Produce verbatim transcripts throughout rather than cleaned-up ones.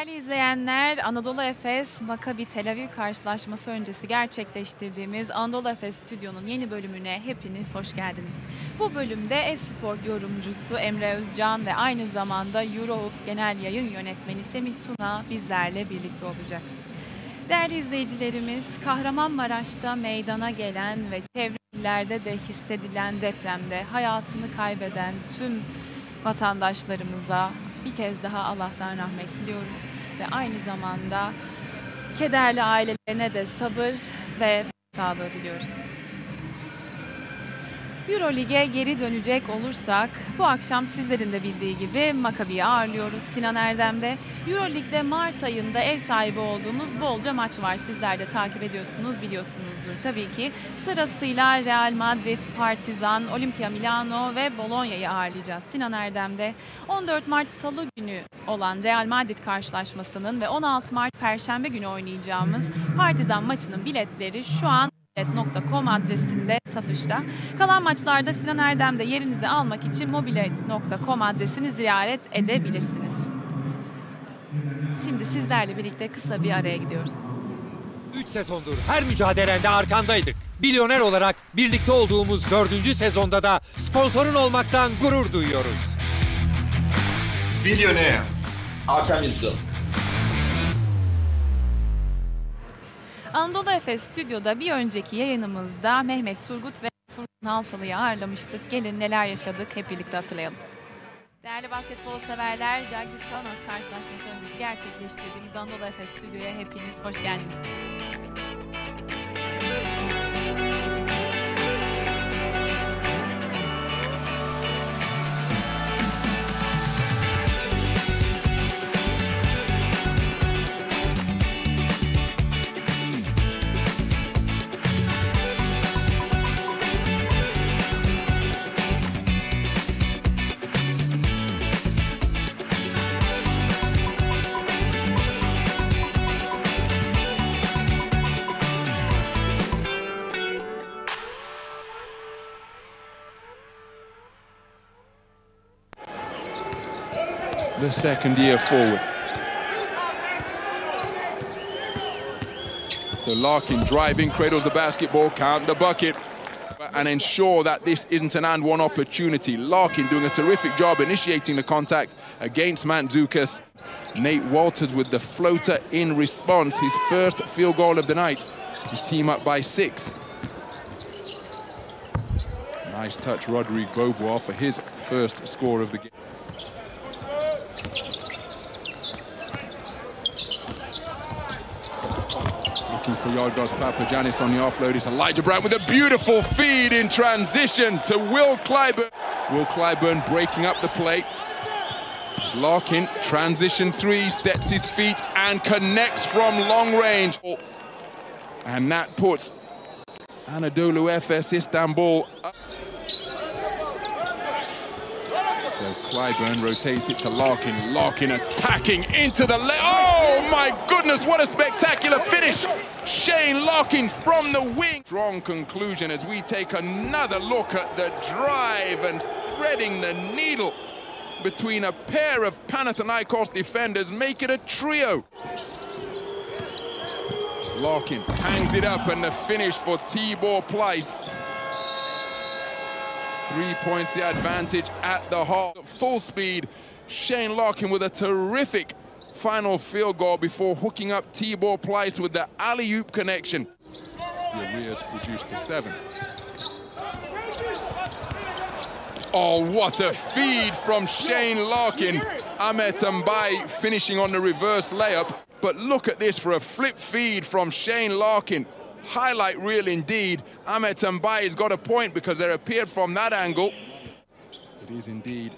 Değerli izleyenler, Anadolu Efes Maccabi Tel Aviv karşılaşması öncesi gerçekleştirdiğimiz Anadolu Efes Stüdyo'nun yeni bölümüne hepiniz hoş geldiniz. Bu bölümde Esport yorumcusu Emre Özcan ve aynı zamanda Eurohoops Genel Yayın Yönetmeni Semih Tuna bizlerle birlikte olacak. Değerli izleyicilerimiz, Kahramanmaraş'ta meydana gelen ve çevre illerde de hissedilen depremde hayatını kaybeden tüm vatandaşlarımıza bir kez daha Allah'tan rahmet diliyoruz ve aynı zamanda kederli ailelerine de sabır ve sağlığı diliyoruz. Euroleague'e geri dönecek olursak bu akşam sizlerin de bildiği gibi Maccabi'yi ağırlıyoruz Sinan Erdem'de. Euroleague'de Mart ayında ev sahibi olduğumuz bolca maç var. Sizler de takip ediyorsunuz, biliyorsunuzdur tabii ki. Sırasıyla Real Madrid, Partizan, Olimpia Milano ve Bologna'yı ağırlayacağız Sinan Erdem'de. on dört Mart Salı günü olan Real Madrid karşılaşmasının ve on altı Mart Perşembe günü oynayacağımız Partizan maçının biletleri şu an mobilet nokta com adresinde satışta. Kalan maçlarda Sinan Erdem'de yerinizi almak için mobilet nokta com adresini ziyaret edebilirsiniz. Şimdi sizlerle birlikte kısa bir araya gidiyoruz. üç sezondur her mücadelende arkandaydık. Milyoner olarak birlikte olduğumuz dördüncü sezonda da sponsorun olmaktan gurur duyuyoruz. Milyoner, arkamızda. Anadolu Efes Stüdyo'da bir önceki yayınımızda Mehmet Turgut ve Furkan Altalı'yı ağırlamıştık. Gelin neler yaşadık hep birlikte hatırlayalım. Değerli basketbol severler, Žalgiris Kaunas karşılaşması öncesi gerçekleştirdiğimiz Anadolu Efes Stüdyo'ya hepiniz hoş geldiniz. The second year forward. So Larkin driving, cradles the basketball, count the bucket, and ensure that this isn't an and one opportunity. Larkin doing a terrific job initiating the contact against Mandzukic. Nate Walters with the floater in response, his first field goal of the night. His team up by six. Nice touch, Rodrigue Beaubois, for his first score of the game. For Yorgos Papagiannis on the offload, it's Elijah Brown with a beautiful feed in transition to Will Clyburn. Will Clyburn breaking up the play. Larkin, transition three, sets his feet and connects from long range. And that puts Anadolu Efes Istanbul up. So Clyburn rotates it to Larkin. Larkin attacking into the left. Oh my goodness, what a spectacular finish. Shane Larkin from the wing. Strong conclusion as we take another look at the drive and threading the needle between a pair of Panathinaikos defenders, make it a trio. Larkin hangs it up and the finish for Tibor Pleiss. Three points the advantage at the half. Full speed, Shane Larkin with a terrific final field goal before hooking up Tibor Pleiss with the alley-oop connection. The arrears reduced to seven. Oh, what a feed from Shane Larkin. Ahmet Mbaye finishing on the reverse layup. But look at this for a flip feed from Shane Larkin. Highlight reel indeed. Ahmet Mbaye has got a point because there appeared from that angle. It is indeed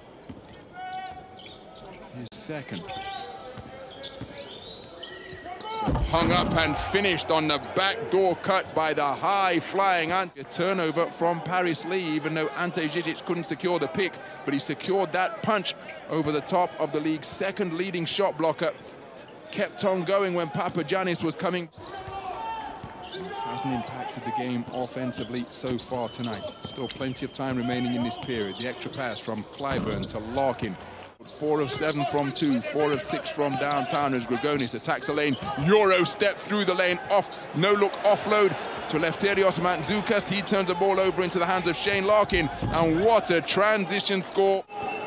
his second. So hung up and finished on the backdoor cut by the high-flying Ante. A turnover from Paris Lee, even though Ante Žižić couldn't secure the pick, but he secured that punch over the top of the league's second leading shot blocker. Kept on going when Papagiannis was coming. Hasn't impacted the game offensively so far tonight. Still plenty of time remaining in this period. The extra pass from Clyburn to Larkin. Four of seven from two, four of six from downtown as Grigonis attacks the lane. Euro step through the lane, off, no look offload to Lefterios Mantzioukas. He turns the ball over into the hands of Shane Larkin, and what a transition score.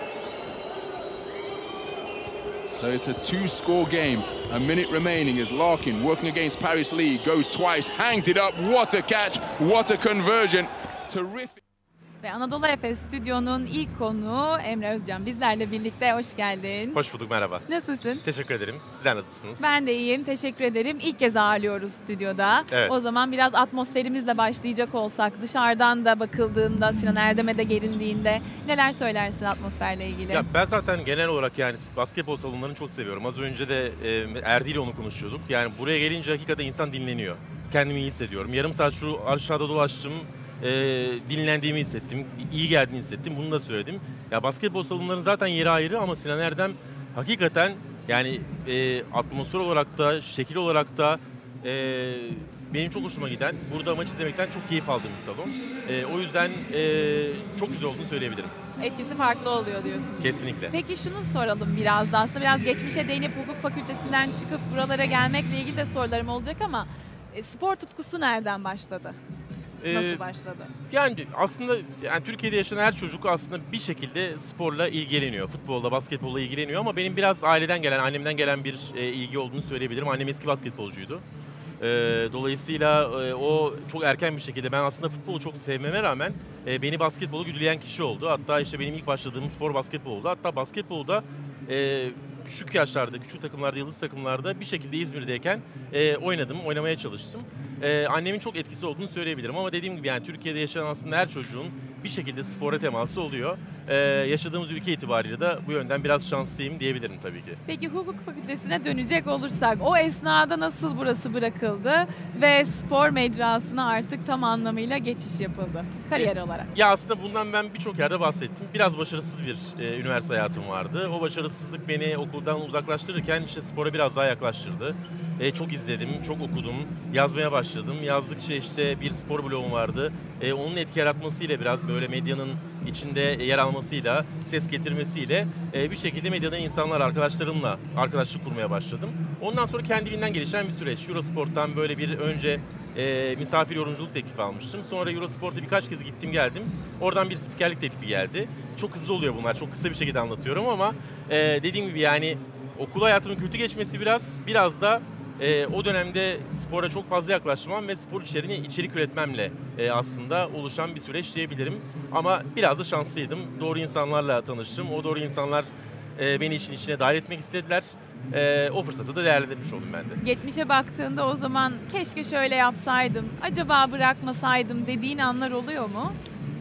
So it's a two-score game. A minute remaining as Larkin, working against Paris Lee, goes twice, hangs it up. What a catch, what a conversion. Terrific. Ve Anadolu Efes Stüdyo'nun ilk konuğu Emre Özcan bizlerle birlikte. Hoş geldin. Hoş bulduk, merhaba. Nasılsın? Teşekkür ederim. Sizler nasılsınız? Ben de iyiyim, teşekkür ederim. İlk kez ağırlıyoruz stüdyoda. Evet. O zaman biraz atmosferimizle başlayacak olsak, dışarıdan da bakıldığında, Sinan Erdem'e de gelindiğinde neler söylersin atmosferle ilgili? Ya ben zaten genel olarak yani basketbol salonlarını çok seviyorum. Az önce de e, Erdi ile onu konuşuyorduk. Yani buraya gelince hakikaten insan dinleniyor. Kendimi iyi hissediyorum. Yarım saat şu aşağıda dolaştım. E, dinlendiğimi hissettim, iyi geldiğini hissettim, bunu da söyledim. Ya basketbol salonlarının zaten yeri ayrı ama Sinan Erdem hakikaten yani e, atmosfer olarak da, şekil olarak da e, benim çok hoşuma giden, burada maç izlemekten çok keyif aldığım bir salon. E, o yüzden e, çok güzel olduğunu söyleyebilirim. Etkisi farklı oluyor diyorsun. Kesinlikle. Peki şunu soralım biraz da, aslında biraz geçmişe değinip hukuk fakültesinden çıkıp buralara gelmekle ilgili de sorularım olacak ama e, spor tutkusu nereden başladı? Nasıl Ee, başladı? Yani aslında yani Türkiye'de yaşayan her çocuk aslında bir şekilde sporla ilgileniyor. Futbolla, basketbolla ilgileniyor ama benim biraz aileden gelen, annemden gelen bir e, ilgi olduğunu söyleyebilirim. Annem eski basketbolcuydu. E, dolayısıyla e, o çok erken bir şekilde, ben aslında futbolu çok sevmeme rağmen e, beni basketbolu güdüleyen kişi oldu. Hatta işte benim ilk başladığım spor basketbol oldu. Hatta basketbolda e, küçük yaşlarda, küçük takımlarda, yıldız takımlarda bir şekilde İzmir'deyken e, oynadım, oynamaya çalıştım. Ee, annemin çok etkisi olduğunu söyleyebilirim ama dediğim gibi yani Türkiye'de yaşayan aslında her çocuğun bir şekilde spora teması oluyor. Ee, yaşadığımız ülke itibariyle de bu yönden biraz şanslıyım diyebilirim tabii ki. Peki hukuk fakültesine dönecek olursak o esnada nasıl burası bırakıldı ve spor mecrasına artık tam anlamıyla geçiş yapıldı kariyer E, olarak? Ya aslında bundan ben birçok yerde bahsettim. Biraz başarısız bir e, üniversite hayatım vardı. O başarısızlık beni okuldan uzaklaştırırken işte spora biraz daha yaklaştırdı. E, çok izledim, çok okudum, yazmaya başladım. Yazdıkça işte bir spor blogum vardı. E, onun etki yaratmasıyla biraz böyle medyanın içinde yer almasıyla, ses getirmesiyle e, bir şekilde medyadan insanlar, arkadaşlarımla arkadaşlık kurmaya başladım. Ondan sonra kendiliğinden gelişen bir süreç. Eurosport'tan böyle bir önce e, misafir yorumculuk teklifi almıştım. Sonra Eurosport'a birkaç kez gittim geldim. Oradan bir spikerlik teklifi geldi. Çok hızlı oluyor bunlar, çok kısa bir şekilde anlatıyorum ama e, dediğim gibi yani okul hayatımın kötü geçmesi biraz, biraz da Ee, o dönemde spora çok fazla yaklaşmam ve spor içeriğini içerik üretmemle e, aslında oluşan bir süreç diyebilirim. Ama biraz da şanslıydım. Doğru insanlarla tanıştım. O doğru insanlar e, beni işin içine dahil etmek istediler. E, o fırsatı da değerlendirmiş oldum ben de. Geçmişe baktığında o zaman keşke şöyle yapsaydım, acaba bırakmasaydım dediğin anlar oluyor mu?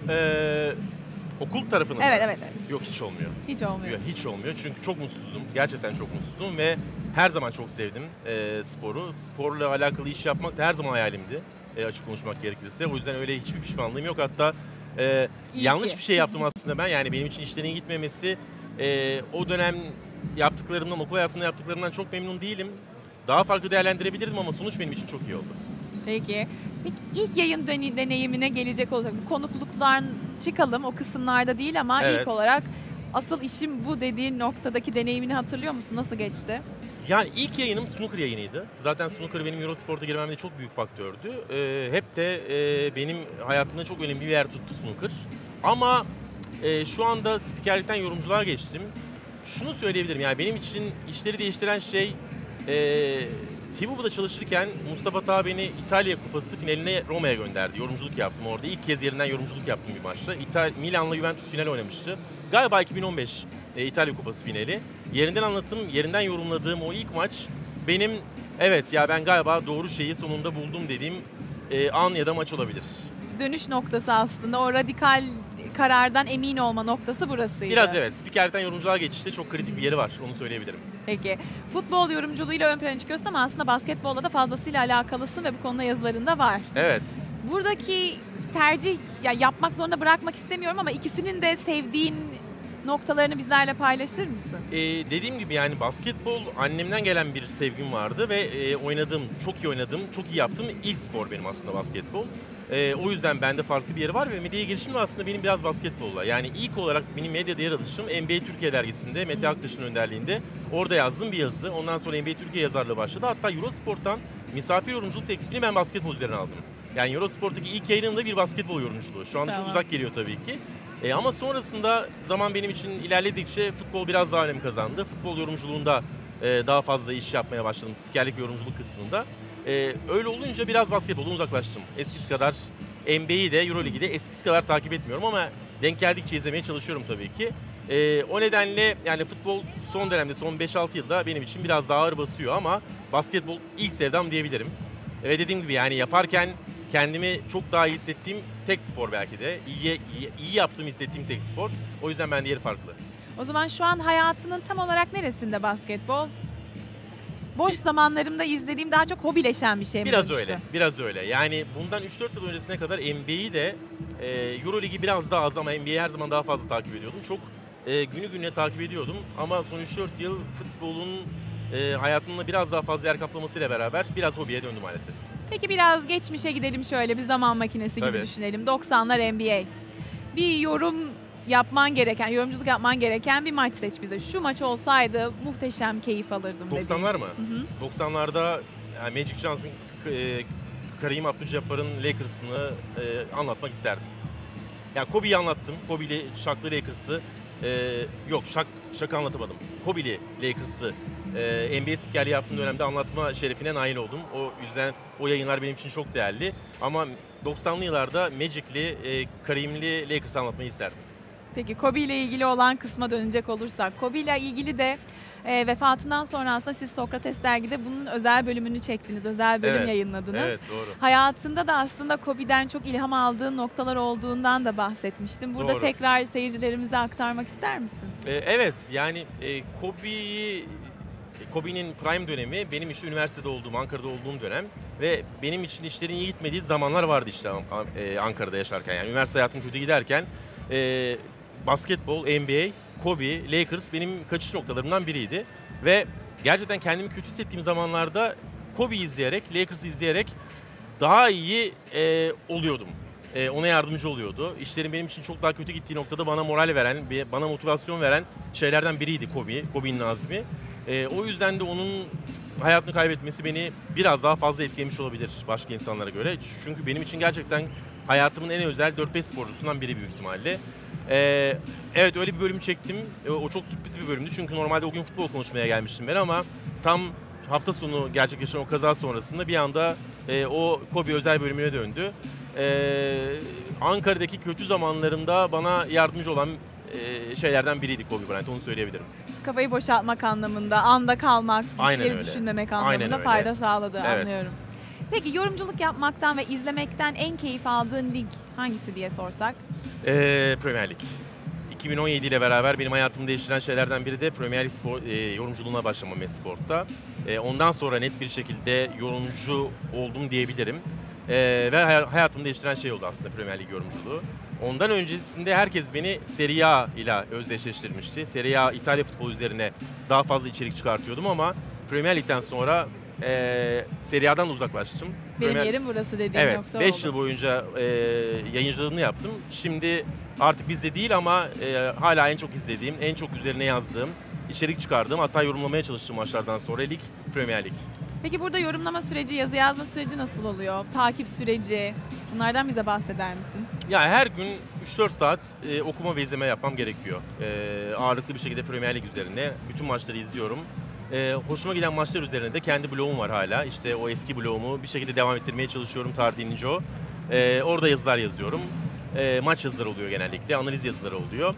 Ee, okul tarafının Evet, da- evet, evet. Yok, hiç olmuyor. Hiç olmuyor. Yok, hiç olmuyor çünkü çok mutsuzdum. Gerçekten çok mutsuzdum ve her zaman çok sevdim e, sporu. Sporla alakalı iş yapmak da her zaman hayalimdi. E, açık konuşmak gerekirse. O yüzden öyle hiçbir pişmanlığım yok. Hatta e, İyi yanlış ki. bir şey yaptım aslında ben. Yani benim için işlerin gitmemesi, e, o dönem yaptıklarımdan, okul hayatımda yaptıklarımdan çok memnun değilim. Daha farklı değerlendirebilirdim ama sonuç benim için çok iyi oldu. Peki. Peki ilk yayın dene- deneyimine gelecek olacak. Konukluktan çıkalım, o kısımlarda değil ama Evet. ilk olarak asıl işim bu dediğin noktadaki deneyimini hatırlıyor musun? Nasıl geçti? Yani ilk yayınım snooker yayınıydı. Zaten snooker benim Eurosport'a girmemde çok büyük faktördü. Ee, hep de e, benim hayatımda çok önemli bir yer tuttu snooker. Ama e, şu anda spikerlikten yorumculuğa geçtim. Şunu söyleyebilirim, yani benim için işleri değiştiren şey e, T V B'da çalışırken Mustafa Tağ beni İtalya Kupası finaline Roma'ya gönderdi. Yorumculuk yaptım orada. İlk kez yerinden yorumculuk yaptım bir maçta. İtal Milan'la Juventus final oynamıştı. Galiba iki bin on beş e, İtalya Kupası finali. Yerinden anlatım, yerinden yorumladığım o ilk maç benim evet ya ben galiba doğru şeyi sonunda buldum dediğim e, an ya da maç olabilir. Dönüş noktası aslında o radikal karardan emin olma noktası burasıydı. Biraz evet, spikerlikten yorumculuğa geçişte çok kritik bir yeri var, onu söyleyebilirim. Peki. Futbol yorumculuğuyla ön plana çıkıyorsun ama aslında basketbolla da fazlasıyla alakalısın ve bu konuda yazılarında var. Evet. Buradaki tercih, ya yapmak zorunda bırakmak istemiyorum ama ikisinin de sevdiğin noktalarını bizlerle paylaşır mısın? Ee, dediğim gibi yani basketbol annemden gelen bir sevgim vardı ve e, oynadığım, çok iyi oynadığım, çok iyi yaptığım ilk spor benim aslında basketbol. E, o yüzden bende farklı bir yeri var ve medyaya girişim de aslında benim biraz basketbolla. Yani ilk olarak benim medyada yer alışım N B A Türkiye dergisinde Mete Aktaş'ın önderliğinde. Orada yazdığım bir yazı. Ondan sonra N B A Türkiye yazarlığı başladı. Hatta Eurosport'tan misafir yorumculuk teklifini ben basketbol üzerine aldım. Yani Eurosport'taki ilk yayınım da bir basketbol yorumculuğu. Şu anda Tamam. çok uzak geliyor tabii ki. E, ama sonrasında zaman benim için ilerledikçe futbol biraz daha önem kazandı. Futbol yorumculuğunda e, daha fazla iş yapmaya başladım. Spikerlik ve yorumculuk kısmında. E, öyle olunca biraz basketboldan uzaklaştım. Eskisi kadar N B A'yi de Euroligi de eskisi kadar takip etmiyorum ama denk geldikçe izlemeye çalışıyorum tabii ki. E, o nedenle yani futbol son dönemde son beş altı yılda benim için biraz daha ağır basıyor ama basketbol ilk sevdam diyebilirim. Ve dediğim gibi yani yaparken kendimi çok daha iyi hissettiğim tek spor belki de. İyi, iyi, iyi yaptığımı hissettiğim tek spor. O yüzden bende yeri farklı. O zaman şu an hayatının tam olarak neresinde basketbol? Boş zamanlarımda izlediğim daha çok hobileşen bir şey mi Biraz dönüştü? öyle, biraz öyle. Yani bundan üç dört yıl öncesine kadar N B A'yi de e, Euroligi biraz daha az ama N B A'yi her zaman daha fazla takip ediyordum. Çok e, günü gününe takip ediyordum ama son üç dört yıl futbolun e, hayatımda biraz daha fazla yer kaplamasıyla beraber biraz hobiye döndü maalesef. Peki biraz geçmişe gidelim, şöyle bir zaman makinesi gibi Tabii. düşünelim. doksanlar N B A. Bir yorum yapman gereken, yorumculuk yapman gereken bir maç seç bize. Şu maç olsaydı muhteşem keyif alırdım dediğin. doksanlar mı? Hı hı. doksanlarda yani Magic Johnson, e, Kareem Abdul-Jabbar'ın Lakers'ını e, anlatmak isterdim. Yani Kobe'yi anlattım. Kobe'li Shaq'lı Lakers'ı. E, yok Shaq, Shaq'ı anlatamadım. Kobe'li Lakers'ı e, N B A spikerliği yaptığım dönemde anlatma şerefine nail oldum. O yüzden o yayınlar benim için çok değerli. Ama doksanlı yıllarda Magic'li, e, Kareem'li Lakers'ı anlatmayı isterdim. Peki Kobe ile ilgili olan kısma dönecek olursak, Kobe ile ilgili de e, vefatından sonra aslında siz Sokrates dergide bunun özel bölümünü çektiniz, özel bölüm Evet, yayınladınız. Evet, doğru. Hayatında da aslında Kobe'den çok ilham aldığın noktalar olduğundan da bahsetmiştim. Burada Doğru. tekrar seyircilerimize aktarmak ister misin? E, evet, yani e, Kobe'yi Kobe'nin prime dönemi benim işte üniversitede olduğum, Ankara'da olduğum dönem ve benim için işlerin iyi gitmediği zamanlar vardı işte e, Ankara'da yaşarken. Yani üniversite hayatım kötü giderken e, basketbol, N B A, Kobe, Lakers benim kaçış noktalarımdan biriydi. Ve gerçekten kendimi kötü hissettiğim zamanlarda Kobe'yi izleyerek, Lakers'ı izleyerek daha iyi e, oluyordum. E, ona yardımcı oluyordu. İşlerin benim için çok daha kötü gittiği noktada bana moral veren, bana motivasyon veren şeylerden biriydi Kobe, Kobe'nin azmi. E, o yüzden de onun hayatını kaybetmesi beni biraz daha fazla etkilemiş olabilir başka insanlara göre. Çünkü benim için gerçekten hayatımın en özel dört beş sporcusundan biri büyük ihtimalle. Ee, evet öyle bir bölüm çektim. Ee, o çok sürpriz bir bölümdü. Çünkü normalde o gün futbol konuşmaya gelmiştim ben ama tam hafta sonu gerçekleşen o kaza sonrasında bir anda e, o Kobe özel bölümüne döndü. Ee, Ankara'daki kötü zamanlarımda bana yardımcı olan e, şeylerden biriydi Kobe Bryant, onu söyleyebilirim. Kafayı boşaltmak anlamında, anda kalmak, Aynen işleri öyle. düşünmemek Aynen anlamında öyle. fayda sağladı, Evet. anlıyorum. Peki yorumculuk yapmaktan ve izlemekten en keyif aldığın lig hangisi diye sorsak? Ee, Premier Lig. iki bin on yedi ile beraber benim hayatımı değiştiren şeylerden biri de Premier Lig spor, e, yorumculuğuna başlamam Esport'ta. E, ondan sonra net bir şekilde yorumcu oldum diyebilirim. E, ve hay- hayatımı değiştiren şey oldu aslında Premier Lig yorumculuğu. Ondan öncesinde herkes beni Serie A ile özdeşleştirmişti. Serie A İtalya futbolu üzerine daha fazla içerik çıkartıyordum ama Premier Lig'den sonra e, Serie A'dan uzaklaştım. Benim Premier... yerim burası dediğin Evet, nokta beş oldu. yıl boyunca e, yayıncılığını yaptım. Şimdi artık bizde değil ama e, hala en çok izlediğim, en çok üzerine yazdığım, içerik çıkardığım, hatta yorumlamaya çalıştığım maçlardan sonra lig, Premier Lig. Peki burada yorumlama süreci, yazı yazma süreci nasıl oluyor? Takip süreci, bunlardan bize bahseder misin? Ya her gün üç dört saat e, okuma ve izleme yapmam gerekiyor. E, ağırlıklı bir şekilde Premier Lig üzerine bütün maçları izliyorum. E, hoşuma giden maçlar üzerine de kendi blogum var hala. İşte o eski blogumu bir şekilde devam ettirmeye çalışıyorum, tarih deyince o. E, orada yazılar yazıyorum. E, maç yazıları oluyor genellikle, analiz yazıları oluyor.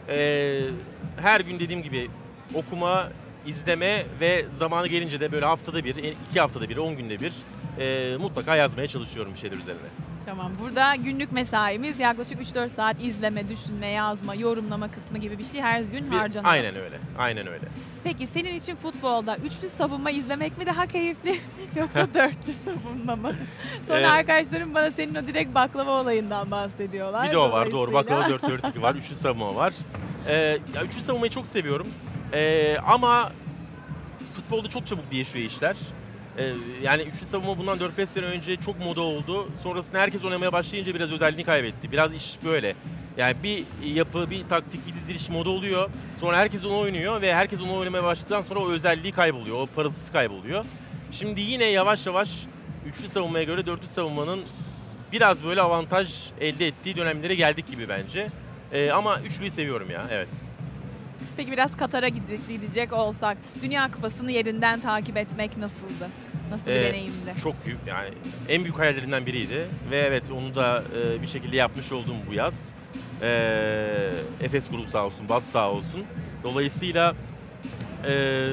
E, her gün dediğim gibi okuma, izleme ve zamanı gelince de böyle haftada bir, iki haftada bir, on günde bir e, mutlaka yazmaya çalışıyorum bir şeyler üzerine. Tamam, burada günlük mesaimiz yaklaşık üç dört saat izleme, düşünme, yazma, yorumlama kısmı gibi bir şey her gün Bir- harcanıyor. aynen öyle, aynen öyle. Peki senin için futbolda üçlü savunma izlemek mi daha keyifli yoksa dörtlü savunma mı? Sonra Ee, arkadaşlarım bana senin o direkt baklava olayından bahsediyorlar. Bir de o var, doğru. Dolayısıyla- Baklava dört dört iki var, üçlü savunma var. Ee, ya üçlü savunmayı çok seviyorum. Ee, ama futbolda çok çabuk değişiyor işler. Ee, yani üçlü savunma bundan dört beş sene önce çok moda oldu. Sonrasında herkes oynamaya başlayınca biraz özelliğini kaybetti. Biraz iş böyle. Yani bir yapı, bir taktik, bir diziliş moda oluyor. Sonra herkes onu oynuyor ve herkes onu oynamaya başladıktan sonra o özelliği kayboluyor. O parıltısı kayboluyor. Şimdi yine yavaş yavaş üçlü savunmaya göre dörtlü savunmanın biraz böyle avantaj elde ettiği dönemlere geldik gibi bence. Ee, ama üçlüyü seviyorum ya, evet. Peki biraz Katar'a gidecek olsak, Dünya Kupası'nı yerinden takip etmek nasıldı? Nasıl bir Ee, deneyimdi? Çok büyük, yani en büyük hayallerinden biriydi. Ve evet, onu da e, bir şekilde yapmış oldum bu yaz. E, Efes grubu sağ olsun, Bat sağ olsun. Dolayısıyla e,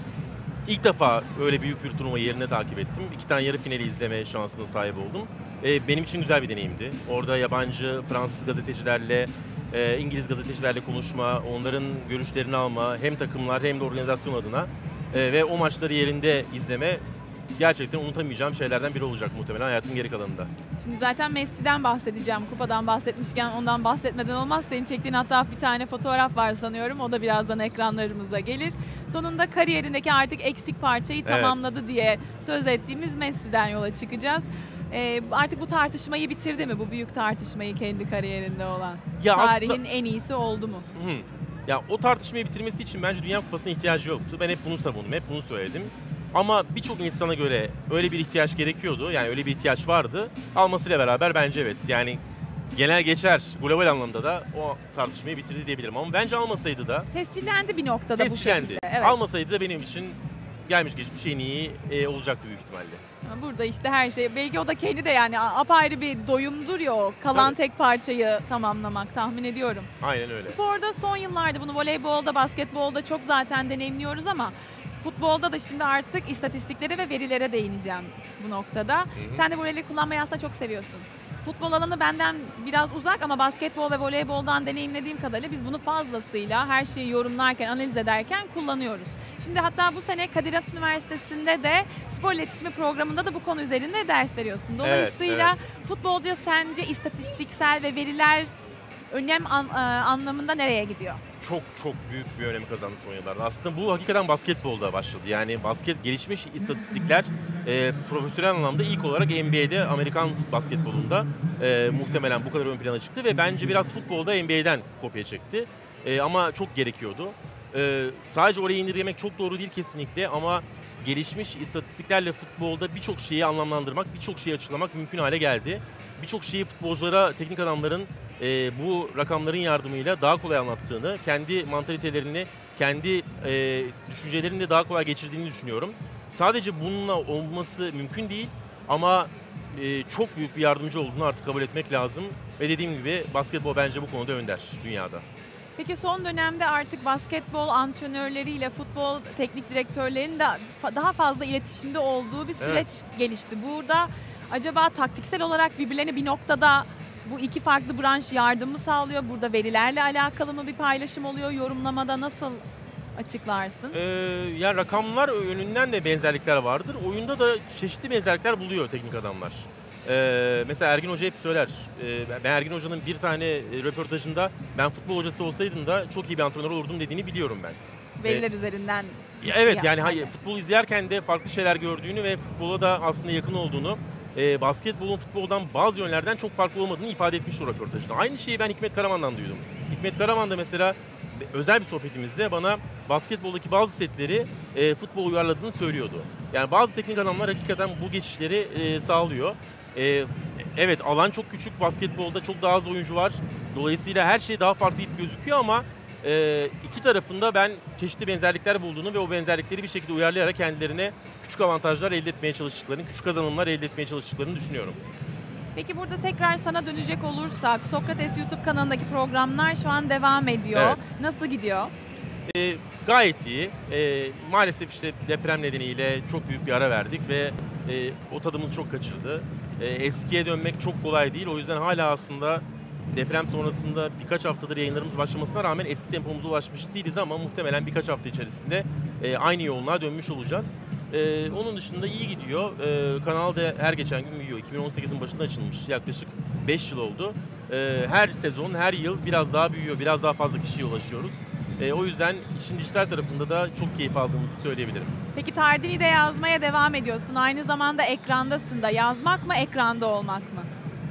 ilk defa öyle büyük bir turnuva yerine takip ettim. İki tane yarı finali izleme şansına sahip oldum. E, benim için güzel bir deneyimdi. Orada yabancı, Fransız gazetecilerle, e, İngiliz gazetecilerle konuşma, onların görüşlerini alma, hem takımlar hem de organizasyon adına e, ve o maçları yerinde izleme gerçekten unutamayacağım şeylerden biri olacak muhtemelen hayatım geri kalanında. Şimdi zaten Messi'den bahsedeceğim. Kupadan bahsetmişken ondan bahsetmeden olmaz. Senin çektiğin hatta bir tane fotoğraf var sanıyorum. O da birazdan ekranlarımıza gelir. Sonunda kariyerindeki artık eksik parçayı Evet. tamamladı diye söz ettiğimiz Messi'den yola çıkacağız. Ee, artık bu tartışmayı bitirdi mi? Bu büyük tartışmayı kendi kariyerinde olan. Ya Tarihin aslında- en iyisi oldu mu? Hı. Ya o tartışmayı bitirmesi için bence Dünya Kupası'na ihtiyacı yoktu. Ben hep bunu savundum, hep bunu söyledim. Ama birçok insana göre öyle bir ihtiyaç gerekiyordu. Yani öyle bir ihtiyaç vardı. Almasıyla beraber bence evet. Yani genel geçer, global anlamda da o tartışmayı bitirdi diyebilirim. Ama bence almasaydı da Tescillendi bir noktada bu tescillendi. şekilde. Evet. Almasaydı da benim için gelmiş geçmiş en iyi e, olacaktı büyük ihtimalle. Burada işte her şey. Belki o da kendi de yani apayrı bir doyumdur ya o. Kalan Tabii. tek parçayı tamamlamak tahmin ediyorum. Aynen öyle. Sporda son yıllarda bunu voleybolda, basketbolda çok zaten deneyimliyoruz ama futbolda da şimdi artık istatistiklere ve verilere değineceğim bu noktada. Hı hı. Sen de voleyleri kullanmayı aslında çok seviyorsun. Futbol alanı benden biraz uzak ama basketbol ve voleyboldan deneyimlediğim kadarıyla biz bunu fazlasıyla her şeyi yorumlarken, analiz ederken kullanıyoruz. Şimdi hatta bu sene Kadir Has Üniversitesi'nde de spor iletişimi programında da bu konu üzerinde ders veriyorsun. Dolayısıyla futbolcu sence istatistiksel ve veriler önem an, e, anlamında nereye gidiyor? Çok çok büyük bir önemi kazandı son yıllarda. Aslında bu hakikaten basketbolda başladı. Yani basket gelişmiş istatistikler e, profesyonel anlamda ilk olarak N B A'de, Amerikan basketbolunda e, muhtemelen bu kadar ön plana çıktı ve bence biraz futbolda N B A'den kopya çekti. E, ama çok gerekiyordu. E, sadece oraya indirgemek çok doğru değil kesinlikle ama gelişmiş istatistiklerle futbolda birçok şeyi anlamlandırmak, birçok şeyi açıklamak mümkün hale geldi. Birçok şeyi futbolculara, teknik adamların e, bu rakamların yardımıyla daha kolay anlattığını, kendi mantalitelerini, kendi e, düşüncelerini de daha kolay geçirdiğini düşünüyorum. Sadece bununla olması mümkün değil ama e, çok büyük bir yardımcı olduğunu artık kabul etmek lazım. Ve dediğim gibi basketbol bence bu konuda önder dünyada. Peki son dönemde artık basketbol antrenörleriyle futbol teknik direktörlerinin de fa- daha fazla iletişimde olduğu bir süreç Evet. gelişti. Burada acaba taktiksel olarak birbirlerine bir noktada bu iki farklı branş yardımı sağlıyor? Burada verilerle alakalı mı bir paylaşım oluyor? Yorumlamada nasıl açıklarsın? Ee, yani rakamlar önünden de benzerlikler vardır. Oyunda da çeşitli benzerlikler buluyor teknik adamlar. Ee, mesela Ergin Hoca hep söyler. Ee, ben Ergin Hoca'nın bir tane e, röportajında ben futbol hocası olsaydım da çok iyi bir antrenör olurdum dediğini biliyorum ben. Veriler üzerinden. Ya evet Ya, yani hayır, aynen. futbol izlerken de farklı şeyler gördüğünü ve futbola da aslında yakın olduğunu, e, basketbolun futboldan bazı yönlerden çok farklı olmadığını ifade etmiş o röportajda. Aynı şeyi ben Hikmet Karaman'dan duydum. Hikmet Karaman da mesela özel bir sohbetimizde bana basketboldaki bazı setleri e, futbola uyarladığını söylüyordu. Yani bazı teknik adamlar hakikaten bu geçişleri e, sağlıyor. E, evet, alan çok küçük, basketbolda çok daha az oyuncu var. Dolayısıyla her şey daha farklı gibi gözüküyor ama e, iki tarafında ben çeşitli benzerlikler bulduğunu ve o benzerlikleri bir şekilde uyarlayarak kendilerine küçük avantajlar elde etmeye çalıştıklarını, küçük kazanımlar elde etmeye çalıştıklarını düşünüyorum. Peki burada tekrar sana dönecek olursak Sokrates YouTube kanalındaki programlar şu an devam ediyor. Evet. Nasıl gidiyor? E, gayet iyi. E, maalesef işte deprem nedeniyle çok büyük bir ara verdik ve e, o tadımız çok kaçırdı. E, eskiye dönmek çok kolay değil. O yüzden hala aslında deprem sonrasında birkaç haftadır yayınlarımız başlamasına rağmen eski tempomuza ulaşmış değiliz ama muhtemelen birkaç hafta içerisinde e, aynı yoğunluğa dönmüş olacağız. E, onun dışında iyi gidiyor. E, kanal da her geçen gün büyüyor. iki bin on sekizin başında açılmış. Yaklaşık beş yıl oldu. E, her sezon, her yıl biraz daha büyüyor. Biraz daha fazla kişiye ulaşıyoruz. E, o yüzden işin dijital tarafında da çok keyif aldığımızı söyleyebilirim. Peki Tardini'de yazmaya devam ediyorsun. Aynı zamanda ekrandasın da. Yazmak mı, ekranda olmak mı?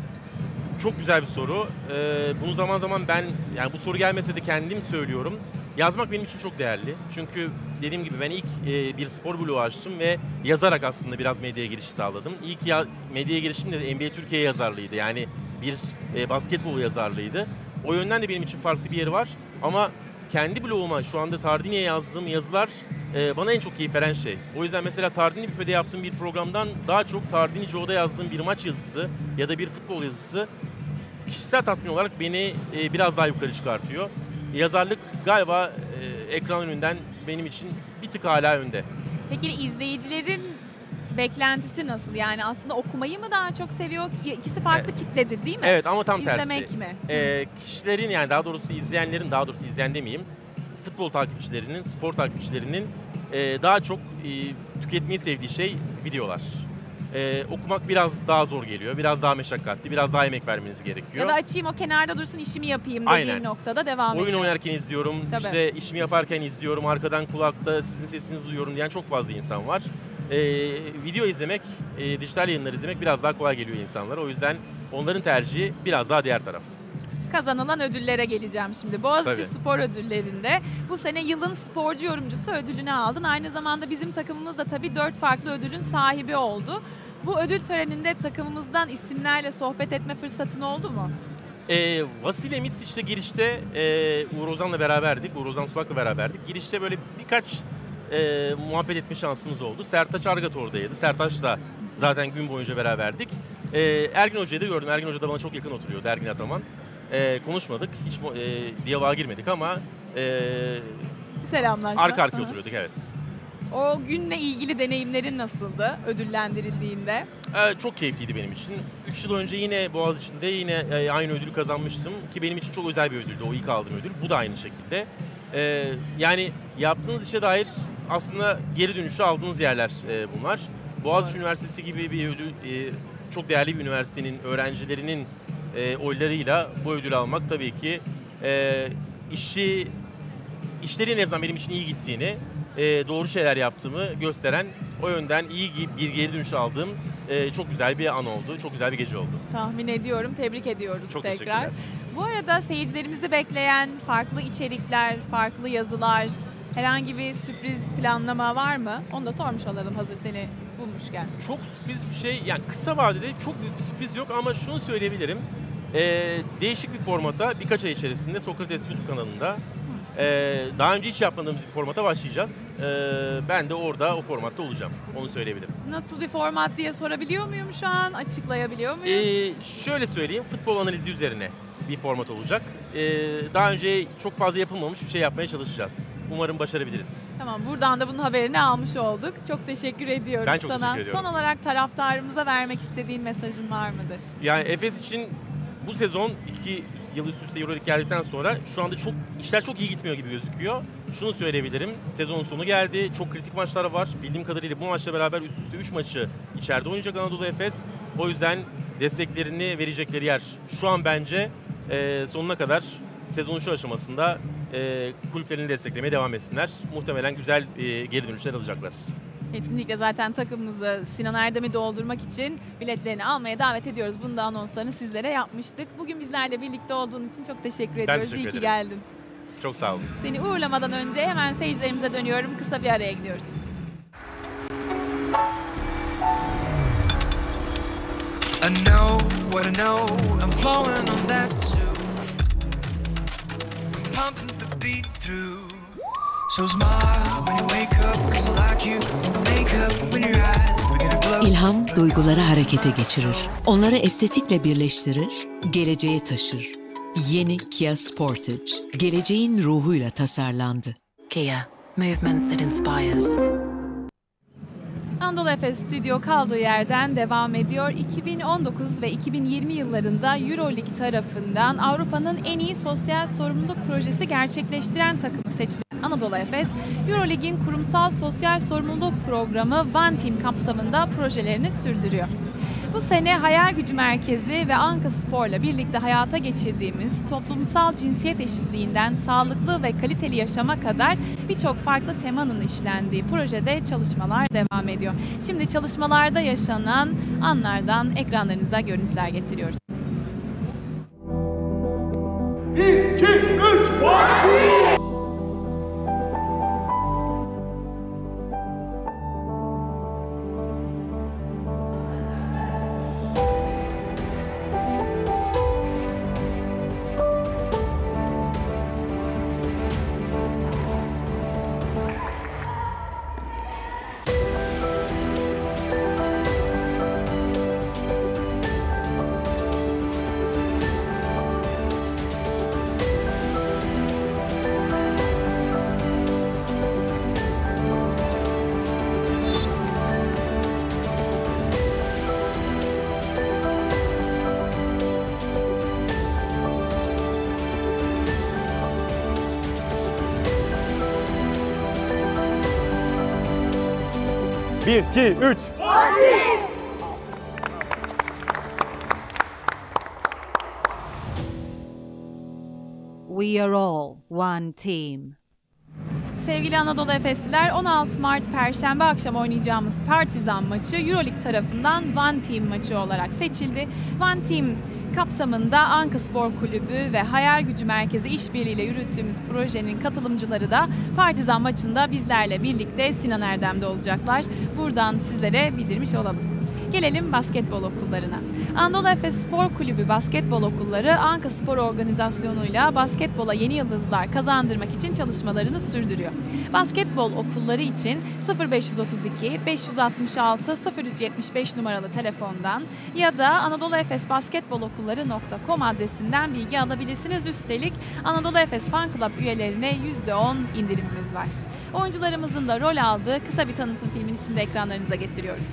Çok güzel bir soru. Ee, bunu zaman zaman ben, yani bu soru gelmese de kendim söylüyorum. Yazmak benim için çok değerli. Çünkü dediğim gibi ben ilk e, bir spor bloğu açtım ve yazarak aslında biraz medyaya giriş sağladım. İlk ya, medyaya girişim de N B A Türkiye yazarlığıydı. Yani bir e, basketbol yazarlığıydı. O yönden de benim için farklı bir yeri var. Ama kendi bloğuma şu anda Tardini'ye yazdığım yazılar e, bana en çok keyif veren şey. O yüzden mesela Tardini Büfe'de yaptığım bir programdan daha çok Tardini Joe'da yazdığım bir maç yazısı ya da bir futbol yazısı kişisel tatmin olarak beni e, biraz daha yukarı çıkartıyor. Yazarlık galiba e, ekran önünden benim için bir tık hala önde. Peki izleyicilerin beklentisi nasıl? Yani aslında okumayı mı daha çok seviyor? İkisi farklı Evet. kitledir değil mi? Evet ama tam tersi. İzlemek mi? E, kişilerin, yani daha doğrusu izleyenlerin, daha doğrusu izleyen demeyeyim, futbol takipçilerinin, spor takipçilerinin e, daha çok e, tüketmeyi sevdiği şey videolar. Ee, okumak biraz daha zor geliyor, biraz daha meşakkatli, biraz daha emek vermeniz gerekiyor. Ya da açayım o kenarda dursun işimi yapayım dediğin Aynen. noktada devam ediyor. Oyun oynarken izliyorum, Tabii. işte işimi yaparken izliyorum, arkadan kulakta sizin sesinizi duyuyorum diyen çok fazla insan var. Ee, video izlemek, e, dijital yayınlar izlemek biraz daha kolay geliyor insanlara. O yüzden onların tercihi biraz daha diğer taraf. Kazanılan ödüllere geleceğim şimdi. Boğaziçi Tabii. Spor Ödülleri'nde bu sene yılın sporcu yorumcusu ödülünü aldın. Aynı zamanda bizim takımımız da tabii dört farklı ödülün sahibi oldu. Bu ödül töreninde takımımızdan isimlerle sohbet etme fırsatın oldu mu? Ee, Vasilemiz işte girişte e, Uğur Ozan'la beraberdik, Uğur Ozan Sulak'la beraberdik. Girişte böyle birkaç e, muhabbet etme şansımız oldu. Sertaç Argat oradaydı. Sertaç'la zaten gün boyunca beraberdik. E, Ergin Hoca'yı da gördüm. Ergin Hoca da bana çok yakın oturuyordu, Ergin Ataman. E, konuşmadık, hiç e, diyaloğa girmedik ama e, Selamlaşma. arka arkaya Hı hı. oturuyorduk, evet. O günle ilgili deneyimlerin nasıldı ödüllendirildiğinde? Ee, çok keyifliydi benim için. üç yıl önce yine Boğaziçi'nde yine e, aynı ödülü kazanmıştım. Ki benim için çok özel bir ödüldü. O ilk aldığım ödül. Bu da aynı şekilde. Ee, yani yaptığınız işe dair aslında geri dönüşü aldığınız yerler e, bunlar. Boğaziçi Üniversitesi gibi bir ödül, e, çok değerli bir üniversitenin öğrencilerinin e, oylarıyla bu ödülü almak tabii ki e, işi, işlerin en azından benim için iyi gittiğini, E, doğru şeyler yaptığımı gösteren, o yönden iyi bir geri dönüş aldığım e, çok güzel bir an oldu. Çok güzel bir gece oldu. Tahmin ediyorum. Tebrik ediyoruz Çok tekrar. teşekkürler. Bu arada seyircilerimizi bekleyen farklı içerikler, farklı yazılar, herhangi bir sürpriz planlama var mı? Onu da sormuş olalım hazır seni bulmuşken. Çok sürpriz bir şey, yani kısa vadede çok büyük bir sürpriz yok ama şunu söyleyebilirim. E, değişik bir formata birkaç ay içerisinde Sokrates YouTube kanalında Ee, daha önce hiç yapmadığımız bir formata başlayacağız. Ee, ben de orada o formatta olacağım. Onu söyleyebilirim. Nasıl bir format diye sorabiliyor muyum şu an? Açıklayabiliyor muyum? Ee, şöyle söyleyeyim, futbol analizi üzerine bir format olacak. Ee, daha önce çok fazla yapılmamış bir şey yapmaya çalışacağız. Umarım başarabiliriz. Tamam, buradan da bunun haberini almış olduk. Çok teşekkür ediyorum Ben çok sana. teşekkür ediyorum. Son olarak taraftarımıza vermek istediğin mesajın var mıdır? Yani Efes için bu sezon iki yıl üst üste Euroleague geldikten sonra şu anda çok işler çok iyi gitmiyor gibi gözüküyor. Şunu söyleyebilirim, sezonun sonu geldi. Çok kritik maçlar var. Bildiğim kadarıyla bu maçla beraber üst üste üç maçı içeride oynayacak Anadolu Efes. O yüzden desteklerini verecekleri yer şu an bence e, sonuna kadar sezonun şu aşamasında e, kulüplerini desteklemeye devam etsinler. Muhtemelen güzel e, geri dönüşler alacaklar. Kesinlikle zaten takımımızı Sinan Erdem'i doldurmak için biletlerini almaya davet ediyoruz. Bunun da anonslarını sizlere yapmıştık. Bugün bizlerle birlikte olduğun için çok teşekkür ediyoruz. teşekkür İyi ki ederim. geldin. Çok sağ olun. Seni uğurlamadan önce hemen seyircilerimize dönüyorum. Kısa bir araya gidiyoruz. I know what I know, I'm flowing on that too. I'm pumping the beat through. So smile when you wake up, 'cause I like you. Make up when your eyes begin to glow. İlham duyguları harekete geçirir. Onları estetikle birleştirir, geleceğe taşır. Yeni Kia Sportage, geleceğin ruhuyla tasarlandı. Kia, movement that inspires. Anadolu Efes Stüdyo kaldığı yerden devam ediyor. iki bin on dokuz ve iki bin yirmi yıllarında Euroleague tarafından Avrupa'nın en iyi sosyal sorumluluk projesi gerçekleştiren takımı seçilen Anadolu Efes, Euroleague'in kurumsal sosyal sorumluluk programı One Team kapsamında projelerini sürdürüyor. Bu sene Hayal Gücü Merkezi ve Anka Spor'la birlikte hayata geçirdiğimiz toplumsal cinsiyet eşitliğinden sağlıklı ve kaliteli yaşama kadar birçok farklı temanın işlendiği projede çalışmalar devam ediyor. Şimdi çalışmalarda yaşanan anlardan ekranlarınıza görüntüler getiriyoruz. bir, iki, üç, başlıyor! bir, iki, üç. We are all one team. Sevgili Anadolu Efesliler, on altı Mart Perşembe akşam oynayacağımız Partizan maçı Euroleague tarafından One Team maçı olarak seçildi. One Team kapsamında Anka Spor Kulübü ve Hayal Gücü Merkezi işbirliğiyle yürüttüğümüz projenin katılımcıları da Partizan maçında bizlerle birlikte Sinan Erdem'de olacaklar. Buradan sizlere bildirmiş olalım. Gelelim basketbol okullarına. Anadolu Efes Spor Kulübü Basketbol Okulları Anka Spor organizasyonuyla basketbola yeni yıldızlar kazandırmak için çalışmalarını sürdürüyor. Basketbol okulları için sıfır beş otuz iki beş altı altı sıfır üç yetmiş beş numaralı telefondan ya da anadolu efes basketbol okulları nokta com adresinden bilgi alabilirsiniz. Üstelik Anadolu Efes Fan Club üyelerine yüzde on indirimimiz var. Oyuncularımızın da rol aldığı kısa bir tanıtım filmini şimdi ekranlarınıza getiriyoruz.